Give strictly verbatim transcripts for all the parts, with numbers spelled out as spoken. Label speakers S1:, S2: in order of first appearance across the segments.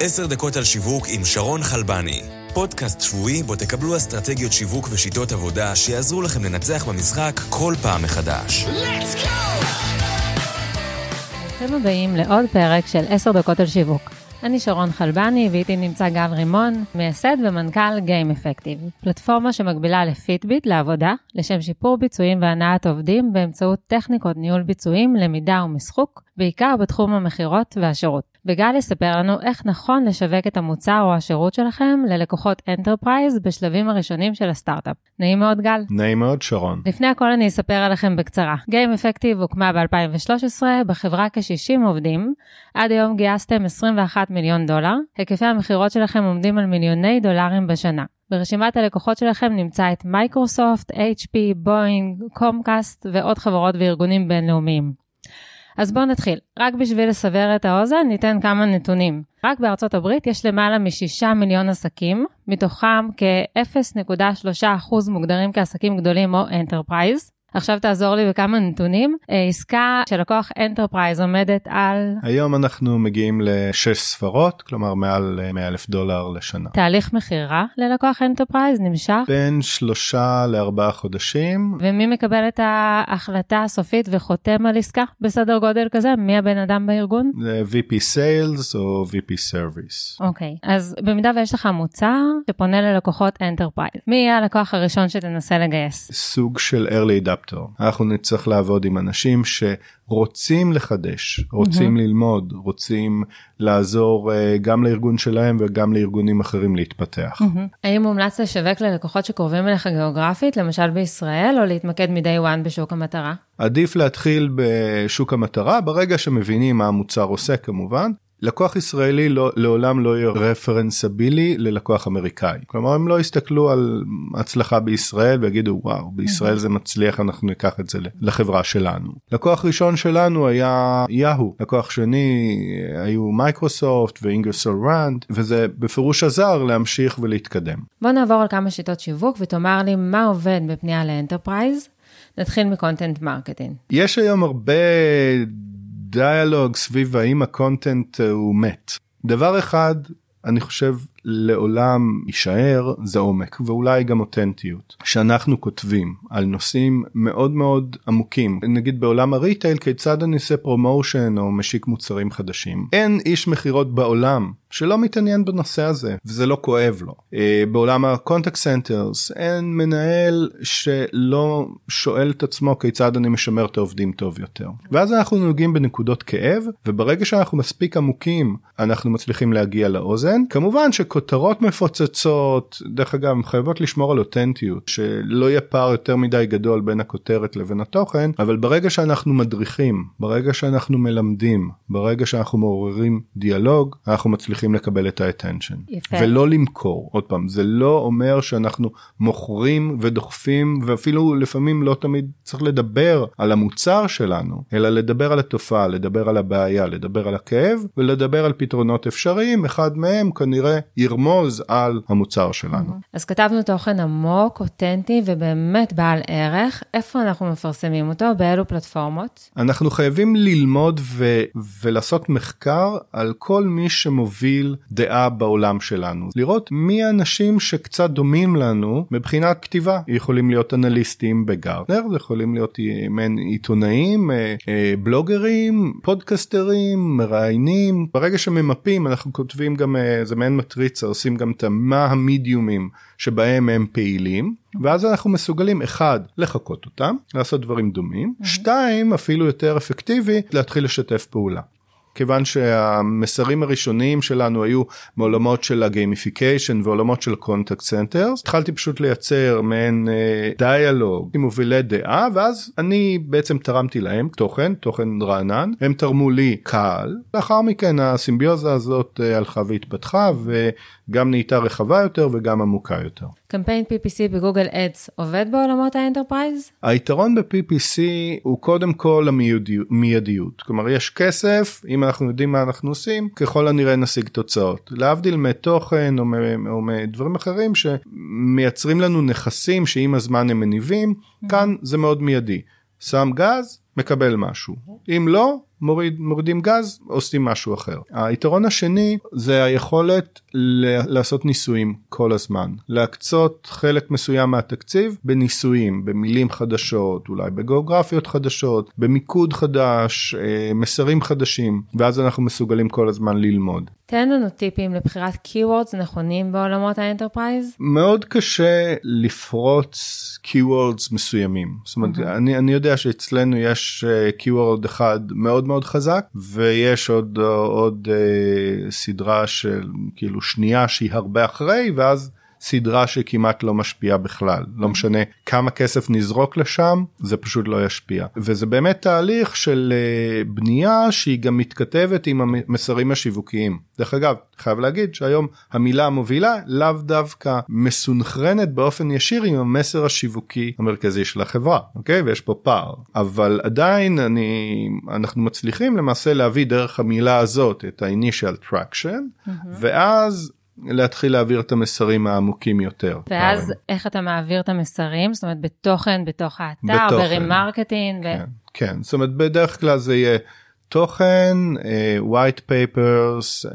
S1: עשר דקות על שיווק עם שרון חלבני. פודקאסט שבועי בו תקבלו אסטרטגיות שיווק ושיטות עבודה שיעזרו לכם לנצח במשחק כל פעם מחדש. Let's go!
S2: אתם הבאים לעוד פרק של עשר דקות על שיווק. אני שרון חלבני ואיתי נמצא גל רימון, מייסד ומנכ"ל Game Effective, פלטפורמה שמקבילה לפיטביט לעבודה, לשם שיפור ביצועים והנעת עובדים באמצעות טכניקות ניהול ביצועים, למידה ומשחוק, בעיקר בתחום המחירות והשירות. וגל יספר לנו איך נכון לשווק את המוצר או השירות שלכם ללקוחות אנטרפרייז בשלבים הראשונים של הסטארט-אפ. נעים מאוד גל.
S3: נעים מאוד שרון.
S2: לפני הכל אני אספר עליכם בקצרה. Game Effective הוקמה ב-אלפיים ושלוש עשרה, בחברה כ-שישים עובדים. עד היום גייסתם עשרים ואחד מיליון דולר. היקפי המחירות שלכם עומדים על מיליוני דולרים בשנה. ברשימת הלקוחות שלכם נמצא את מייקרוסופט, אייץ' פי, בואינג, קומקאסט ועוד חברות וארגונים בינלאומיים. אז בואו נתחיל. רק בשביל לסבר את האוזן, ניתן כמה נתונים. רק בארצות הברית יש למעלה משישה מיליון עסקים, מתוכם כ-אפס נקודה שלושה אחוז מוגדרים כעסקים גדולים או אנטרפרייז. עכשיו תעזור לי בכמה נתונים. עסקה של לקוח אנטרפרייז עומדת על...
S3: היום אנחנו מגיעים לשש ספרות, כלומר מעל מאה אלף דולר לשנה.
S2: תהליך מחירה ללקוח אנטרפרייז נמשך?
S3: בין שלושה לארבעה חודשים.
S2: ומי מקבל את ההחלטה הסופית וחותם על עסקה בסדר גודל כזה? מי הבן אדם בארגון?
S3: זה וי פי Sales או וי פי Service.
S2: אוקיי, אז במידה ויש לך מוצר שפונה ללקוחות אנטרפרייז, מי יהיה הלקוח הראשון שתנסה לגייס?
S3: סוג של early adapter. אנחנו נצטרך לעבוד עם אנשים שרוצים לחדש, רוצים mm-hmm. ללמוד, רוצים לעזור uh, גם לארגון שלהם וגם לארגונים אחרים להתפתח.
S2: Mm-hmm. האם מומלץ לשווק ללקוחות שקרובים אליך גיאוגרפית, למשל בישראל, או להתמקד מ-day one בשוק המטרה?
S3: עדיף להתחיל בשוק המטרה, ברגע שמבינים מה המוצר עושה כמובן. לקוח ישראלי לא, לעולם לא יהיה רפרנסבילי ללקוח אמריקאי. כלומר, הם לא יסתכלו על הצלחה בישראל ויגידו, וואו, בישראל זה מצליח, אנחנו ניקח את זה לחברה שלנו. לקוח ראשון שלנו היה יאהו. לקוח שני היו מייקרוסופט ואינגרסול ראנד, וזה בפירוש עזר להמשיך ולהתקדם.
S2: בוא נעבור על כמה שיטות שיווק ותאמר לי מה עובד בפנייה לאנטרפרייז. נתחיל מקונטנט מרקטינג.
S3: יש היום הרבה... דיאלוג סביב האם הקונטנט הוא מת. דבר אחד, אני חושב לעולם יישאר, זה עומק, ואולי גם אותנטיות. שאנחנו כותבים על נושאים מאוד מאוד עמוקים. נגיד בעולם הריטייל, כיצד אני עושה פרומושן או משיק מוצרים חדשים. אין איש מחירות בעולם שלא מתעניין בנושא הזה, וזה לא כואב לו. בעולם הקונטקט סנטרס, אין מנהל שלא שואל את עצמו כיצד אני משמר את העובדים טוב יותר. ואז אנחנו נוגעים בנקודות כאב, וברגע שאנחנו מספיק עמוקים, אנחנו מצליחים להגיע לאוזן. כמובן שכותרות מפוצצות, דרך אגב, חייבות לשמור על אותנטיות, שלא יהיה פער יותר מדי גדול בין הכותרת לבין התוכן, אבל ברגע שאנחנו מדריכים, ברגע שאנחנו מלמדים, ברגע שאנחנו מעוררים דיאלוג, אנחנו מצליחים לקבל את האטנשן. ולא למכור. עוד פעם, זה לא אומר שאנחנו מוכרים ודוחפים, ואפילו לפעמים לא תמיד צריך לדבר על המוצר שלנו, אלא לדבר על התופעה, לדבר על הבעיה, לדבר על הכאב, ולדבר על פתרונות אפשריים. אחד מהם כנראה ירמוז על המוצר שלנו.
S2: אז כתבנו תוכן עמוק, אותנטי, ובאמת בעל ערך. איפה אנחנו מפרסמים אותו? באילו פלטפורמות?
S3: אנחנו חייבים ללמוד ו- ולעשות מחקר על כל מי שמוביל דעה בעולם שלנו. לראות מי האנשים שקצת דומים לנו מבחינת כתיבה. יכולים להיות אנליסטים בגרטנר, יכולים להיות עיתונאים, בלוגרים, פודקסטרים, מראיינים. ברגע שממפים, אנחנו כותבים גם, זה מעין מטריצה, עושים גם את מה המדיומים שבהם הם פעילים, ואז אנחנו מסוגלים, אחד, לחכות אותם, לעשות דברים דומים, שתיים, אפילו יותר אפקטיבי, להתחיל לשתף פעולה. כיוון שהמסרים הראשוניים שלנו היו מעולמות של הגיימיפיקיישן ועולמות של קונטקט סנטרס, התחלתי פשוט לייצר מעין דיאלוג עם מובילי דעה, ואז אני בעצם תרמתי להם תוכן, תוכן רענן, הם תרמו לי קהל, לאחר מכן הסימביוזה הזאת הלכה והתפתחה, וגם נהייתה רחבה יותר וגם עמוקה יותר.
S2: קמפיין פי פי סי בגוגל אדס עובד בעולמות האנטרפרייז?
S3: היתרון ב-פי פי סי הוא קודם כל המיידיות. כלומר, יש כסף, אם אנחנו יודעים מה אנחנו עושים, ככל הנראה נשיג תוצאות. להבדיל מתוכן או, או מדברים אחרים שמייצרים לנו נכסים שעם הזמן הם מניבים, כאן זה מאוד מיידי. שם גז, מקבל משהו. אם לא, מוריד, מורידים גז, עושים משהו אחר. היתרון השני זה היכולת ל- לעשות ניסויים כל הזמן. להקצות חלק מסוים מהתקציב בניסויים, במילים חדשות, אולי בגיאוגרפיות חדשות, במיקוד חדש, מסרים חדשים, ואז אנחנו מסוגלים כל הזמן ללמוד.
S2: תן לנו טיפים לבחירת keywords נכונים בעולמות האנטרפרייז.
S3: מאוד קשה לפרוץ keywords מסוימים. זאת אומרת, mm-hmm. אני, אני יודע שאצלנו יש keyword אחד מאוד מאוד חזק, ויש עוד, עוד uh, סדרה של כאילו שנייה שהיא הרבה אחרי, ואז סדרה שכמעט לא משפיעה בכלל. לא משנה כמה כסף נזרוק לשם, זה פשוט לא ישפיע. וזה באמת תהליך של בנייה שהיא גם מתכתבת עם המסרים השיווקיים. דרך אגב, חייב להגיד שהיום המילה המובילה לאו דווקא מסונכרנת באופן ישיר עם המסר השיווקי המרכזי של החברה. אוקיי? ויש פה פער. אבל עדיין אני, אנחנו מצליחים למעשה להביא דרך המילה הזאת את ה-initial traction, mm-hmm. ואז להתחיל להעביר את המסרים העמוקים יותר.
S2: ואז פעם. איך אתה מעביר את המסרים? זאת אומרת, בתוכן, בתוך האתר, בתוכן. ברמרקטינג?
S3: כן, ו... כן, זאת אומרת, בדרך כלל זה יהיה תוכן, white papers,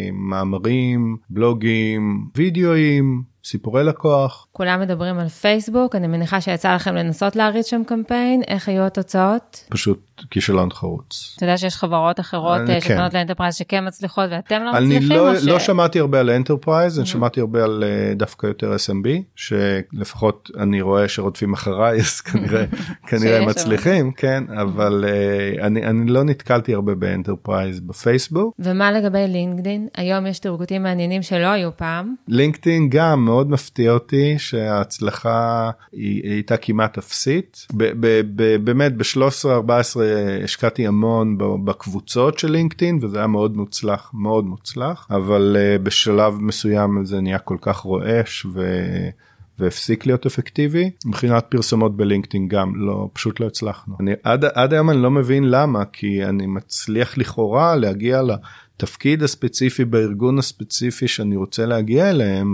S3: מאמרים, בלוגים, וידאוים, סיפורי לקוח.
S2: כולם מדברים על פייסבוק, אני מניחה שיצא לכם לנסות להריץ שם קמפיין, איך היו התוצאות?
S3: פשוט כישלון חרוץ.
S2: אתה יודע שיש חברות אחרות שקונות לאנטרפרייז שכן מצליחות ואתם לא מצליחים?
S3: אני לא שמעתי הרבה על אנטרפרייז, אני שמעתי הרבה על דווקא יותר אס אם בי, שלפחות אני רואה שרודפים אחריי, אז כנראה מצליחים, כן, אבל אני לא נתקלתי הרבה באנטרפרייז בפייסבוק.
S2: ומה לגבי לינקדין? היום יש תרגותים מעניינים שלא היו פעם.
S3: לינקדין גם מאוד מפתיע אותי שההצלחה היא הייתה כמעט אפסית. באמת ב-שלוש עשרה ארבע עשרה השקעתי המון בקבוצות של לינקדין, וזה היה מאוד מוצלח, מאוד מוצלח, אבל בשלב מסוים זה נהיה כל כך רועש ו... והפסיק להיות אפקטיבי. מבחינת פרסומות בלינקדין גם לא, פשוט לא הצלחנו. אני, עד, עד היום אני לא מבין למה, כי אני מצליח לכאורה להגיע לתפקיד הספציפי בארגון הספציפי שאני רוצה להגיע אליהם,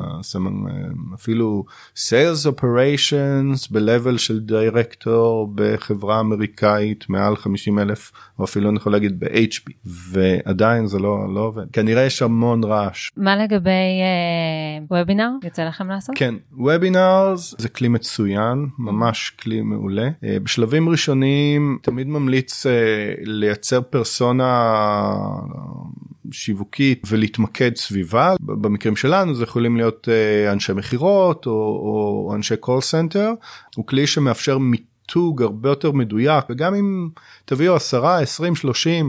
S3: אפילו Sales Operations ב-level של דירקטור בחברה אמריקאית מעל חמישים אלף, או אפילו אני יכול להגיד ב-אייץ' פי, ועדיין זה לא, לא עובד. כנראה יש המון רעש.
S2: מה לגבי וובינר? יוצא לכם לעשות?
S3: כן, וובינרס זה כלי מצוין, ממש כלי מעולה. בשלבים ראשונים תמיד ממליץ לייצר פרסונה שיווקית ולהתמקד סביבה. במקרים שלנו זה יכולים להיות אנשי מחירות או, או אנשי קול סנטר. הוא כלי שמאפשר מיתוג הרבה יותר מדויק, וגם אם תביאו עשרה, עשרים, שלושים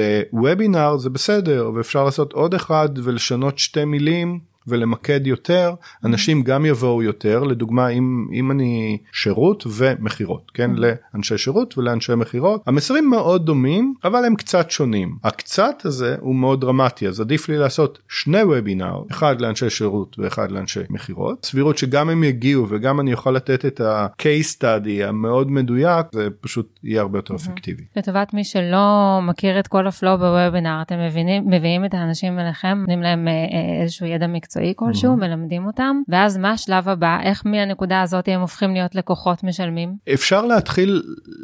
S3: לוובינר זה בסדר, ואפשר לעשות עוד אחד ולשנות שתי מילים ולמקד יותר, אנשים גם יבואו יותר. לדוגמה, אם, אם אני שירות ומחירות, כן? לאנשי שירות ולאנשי מחירות, המסרים מאוד דומים, אבל הם קצת שונים. הקצת הזה הוא מאוד דרמטי, אז עדיף לי לעשות שני וובינר, אחד לאנשי שירות ואחד לאנשי מחירות. סבירות שגם הם יגיעו וגם אני יכול לתת את ה-case study המאוד מדויק, זה פשוט יהיה הרבה יותר אפקטיבי.
S2: לטובת מי שלא מכיר את כל הפלואו בוובינר, אתם מבינים, מביאים את האנשים אליכם, נותנים להם איזשהו ידע מקצועי כלשהו, מלמדים אותם, ואז מה השלב הבא? איך מהנקודה הזאת הם הופכים להיות לקוחות משלמים?
S3: אפשר להתחיל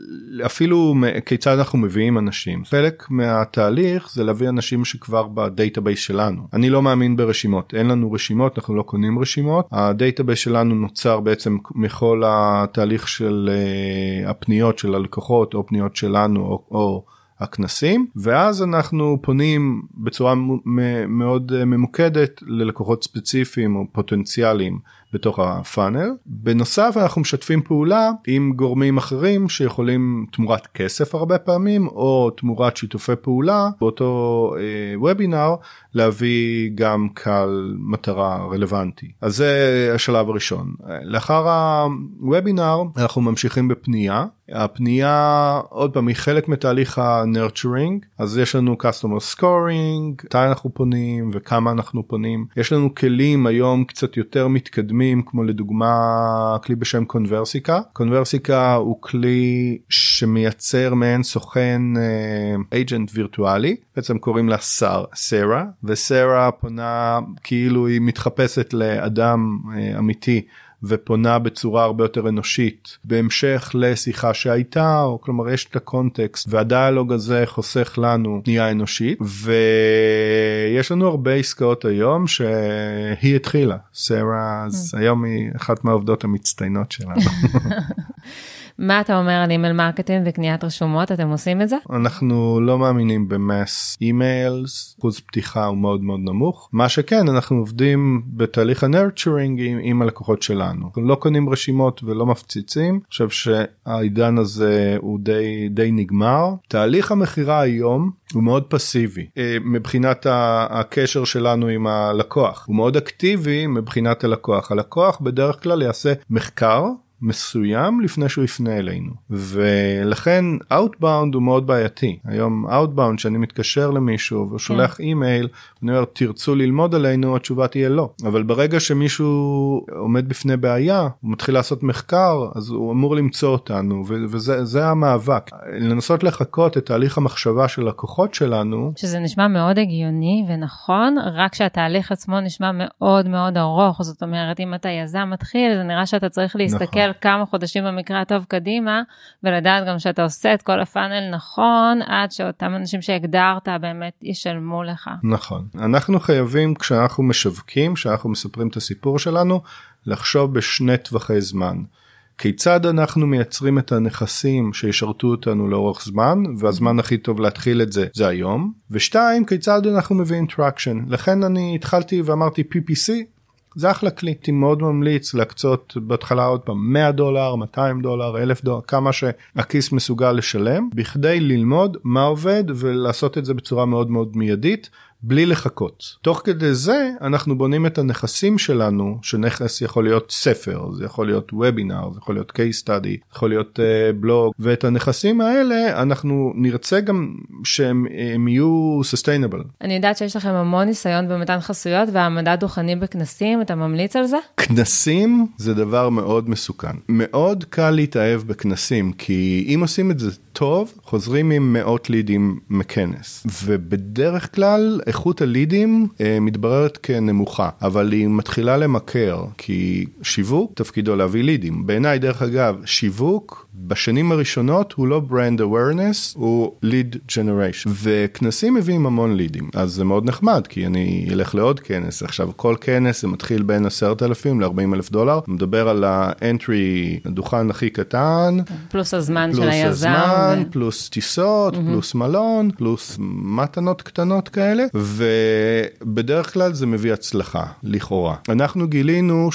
S3: אפילו כיצד אנחנו מביאים אנשים. חלק מהתהליך זה להביא אנשים שכבר בדייטאבייס שלנו. אני לא מאמין ברשימות, אין לנו רשימות, אנחנו לא קונים רשימות. הדייטאבייס שלנו נוצר בעצם מכל התהליך של הפניות של הלקוחות, או פניות שלנו, או, או הכנסים, ואז אנחנו פונים בצורה מאוד ממוקדת ללקוחות ספציפיים או פוטנציאליים בתוך הפאנל. בנוסף אנחנו משתפים פעולה עם גורמים אחרים שיכולים תמורת כסף הרבה פעמים, או תמורת שיתופי פעולה באותו אה, וובינר, להביא גם קהל מטרה רלוונטי. אז זה השלב הראשון. לאחר הוובינר אנחנו ממשיכים בפנייה. הפנייה עוד פעם היא חלק מתהליך ה-nurturing, אז יש לנו customer scoring, מתי אנחנו פונים וכמה אנחנו פונים. יש לנו כלים היום קצת יותר מתקדמים, כמו לדוגמה כלי בשם קונברסיקה. קונברסיקה הוא כלי שמייצר מעין סוכן agent וירטואלי, בעצם קוראים לה סרה, וסרה פונה כאילו היא מתחפשת לאדם אמיתי, ופונה בצורה הרבה יותר אנושית בהמשך לשיחה שהייתה, או כלומר יש את הקונטקסט והדיאלוג הזה חוסך לנו פנייה אנושית, ויש לנו הרבה עסקאות היום שהיא התחילה, סרה, אז היום היא אחת מהעובדות המצטיינות שלנו.
S2: מה אתה אומר על אימייל מרקטינג וקניית רשומות? אתם עושים את זה?
S3: אנחנו לא מאמינים במס אימיילס, אחוז פתיחה הוא מאוד מאוד נמוך. מה שכן, אנחנו עובדים בתהליך הנרצ'רינג עם, עם הלקוחות שלנו. אנחנו לא קונים רשימות ולא מפציצים. אני חושב שהעידן הזה הוא די, די נגמר. תהליך המחירה היום הוא מאוד פסיבי. מבחינת הקשר שלנו עם הלקוח. הוא מאוד אקטיבי מבחינת הלקוח. הלקוח בדרך כלל יעשה מחקר מסוים לפני שהוא יפנה אלינו, ולכן Outbound הוא מאוד בעייתי. היום Outbound שאני מתקשר למישהו ושולח אימייל, אני אומר תרצו ללמוד עלינו, התשובה תהיה לא. אבל ברגע שמישהו עומד בפני בעיה, הוא מתחיל לעשות מחקר, אז הוא אמור למצוא אותנו, וזה זה המאבק. לנסות לחכות את תהליך המחשבה של לקוחות שלנו.
S2: שזה נשמע מאוד הגיוני ונכון, רק שהתהליך עצמו נשמע מאוד מאוד ארוך. זאת אומרת, אם אתה יזם מתחיל, זה נראה שאתה צריך להסתכל נכון. כמה חודשים במקרה הטוב קדימה, ולדעת גם שאתה עושה את כל הפאנל נכון, עד שאותם אנשים שהגדרת באמת ישלמו לך.
S3: נכון. אנחנו חייבים, כשאנחנו משווקים, כשאנחנו מספרים את הסיפור שלנו, לחשוב בשני טווחי זמן. כיצד אנחנו מייצרים את הנכסים שישרתו אותנו לאורך זמן, והזמן הכי טוב להתחיל את זה, זה היום. ושתיים, כיצד אנחנו מביאים טראקשן. לכן אני התחלתי ואמרתי פי פי סי, זה אחלה כלי. הייתי מאוד ממליץ להקצות בהתחלה עוד פעם מאה דולר, מאתיים דולר, אלף דולר, כמה שהכיס מסוגל לשלם, בכדי ללמוד מה עובד ולעשות את זה בצורה מאוד מאוד מיידית, בלי לחכות. תוך כדי זה אנחנו בונים את הנכסים שלנו, שנכס יכול להיות ספר, זה יכול להיות וובינר, זה יכול להיות case study, זה יכול להיות uh, בלוג, ואת הנכסים האלה אנחנו נרצה גם שהם יהיו sustainable.
S2: אני יודעת שיש לכם המון ניסיון במתן חסויות והעמדת דוכנים בכנסים, אתה ממליץ על זה?
S3: כנסים זה דבר מאוד מסוכן. מאוד קל להתאהב בכנסים, כי אם עושים את זה טוב, חוזרים עם מאות לידים מכנס. ובדרך כלל, איכות הלידים אה, מתבררת כנמוכה, אבל היא מתחילה למכר, כי שיווק תפקידו להביא לידים. בעיניי, דרך אגב, שיווק בשנים הראשונות הוא לא brand awareness, הוא lead generation. וכנסים מביאים המון לידים. אז זה מאוד נחמד, כי אני אלך לעוד כנס. עכשיו, כל כנס זה מתחיל בין עשרת אלפים ל-ארבעים אלף דולר. מדבר על האנטרי, הדוכן הכי קטן.
S2: פלוס הזמן
S3: פלוס
S2: של היזם.
S3: הזמן,
S2: ו...
S3: פלוס טיסות, mm-hmm. פלוס מלון, פלוס מתנות קטנות כאלה. ובדרך כלל זה מביא הצלחה, לכאורה. אנחנו גילינו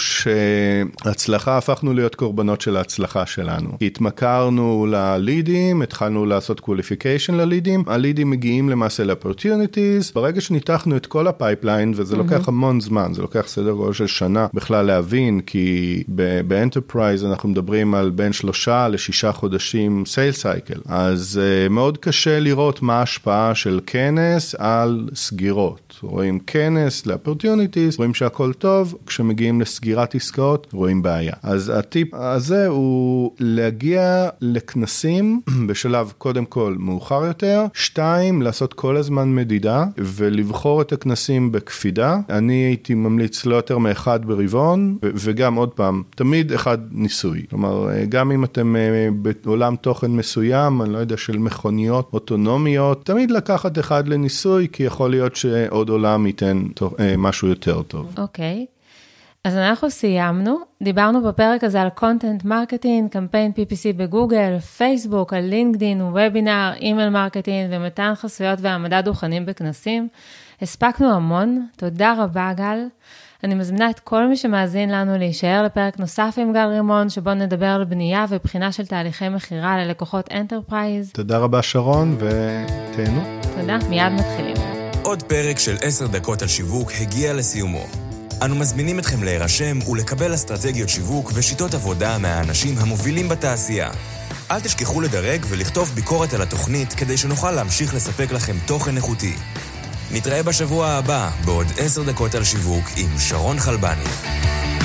S3: שהצלחה, הפכנו להיות קורבנות של ההצלחה שלנו. התמכרנו ללידים, התחלנו לעשות qualification ללידים, הלידים מגיעים למעשה ל-opportunities, ברגע שניתחנו את כל הפייפליין, וזה mm-hmm. לוקח המון זמן, זה לוקח סדר גודל של שנה בכלל להבין, כי באנטרפרייז אנחנו מדברים על בין שלושה לשישה חודשים sales cycle, אז uh, מאוד קשה לראות מה ההשפעה של כנס על סגירות. רואים כנס ל-opportunities, רואים שהכל טוב, כשמגיעים לסגירת עסקאות, רואים בעיה. אז הטיפ הזה הוא להגיע לכנסים בשלב קודם כל מאוחר יותר, שתיים, לעשות כל הזמן מדידה, ולבחור את הכנסים בקפידה. אני הייתי ממליץ לא יותר מאחד ברבעון, וגם עוד פעם, תמיד אחד ניסוי. כלומר, גם אם אתם בעולם תוכן מסוים, אני לא יודע, של מכוניות אוטונומיות, תמיד לקחת אחד לניסוי, כי יכול להיות שעוד עולם ייתן משהו יותר טוב.
S2: אוקיי. אז אנחנו סיימנו, דיברנו בפרק הזה על קונטנט מרקטינג, קמפיין פי פי סי בגוגל, פייסבוק, על לינקדין, וובינר, אימייל מרקטינג ומתן חסויות והעמדת דוכנים בכנסים. הספקנו המון, תודה רבה גל. אני מזמינה את כל מי שמאזין לנו להישאר לפרק נוסף עם גל רימון, שבו נדבר על בנייה ובחינה של תהליכי מחירה ללקוחות אנטרפרייז.
S3: תודה רבה שרון ותהנו.
S2: תודה, מיד מתחילים.
S1: עוד פרק של עשר דקות על שיווק הגיע לסיומו. אנו מזמינים אתכם להירשם ולקבל אסטרטגיות שיווק ושיטות עבודה מהאנשים המובילים בתעשייה. אל תשכחו לדרג ולכתוב ביקורת על התוכנית כדי שנוכל להמשיך לספק לכם תוכן איכותי. נתראה בשבוע הבא בעוד עשר דקות על שיווק עם שרון חלבני.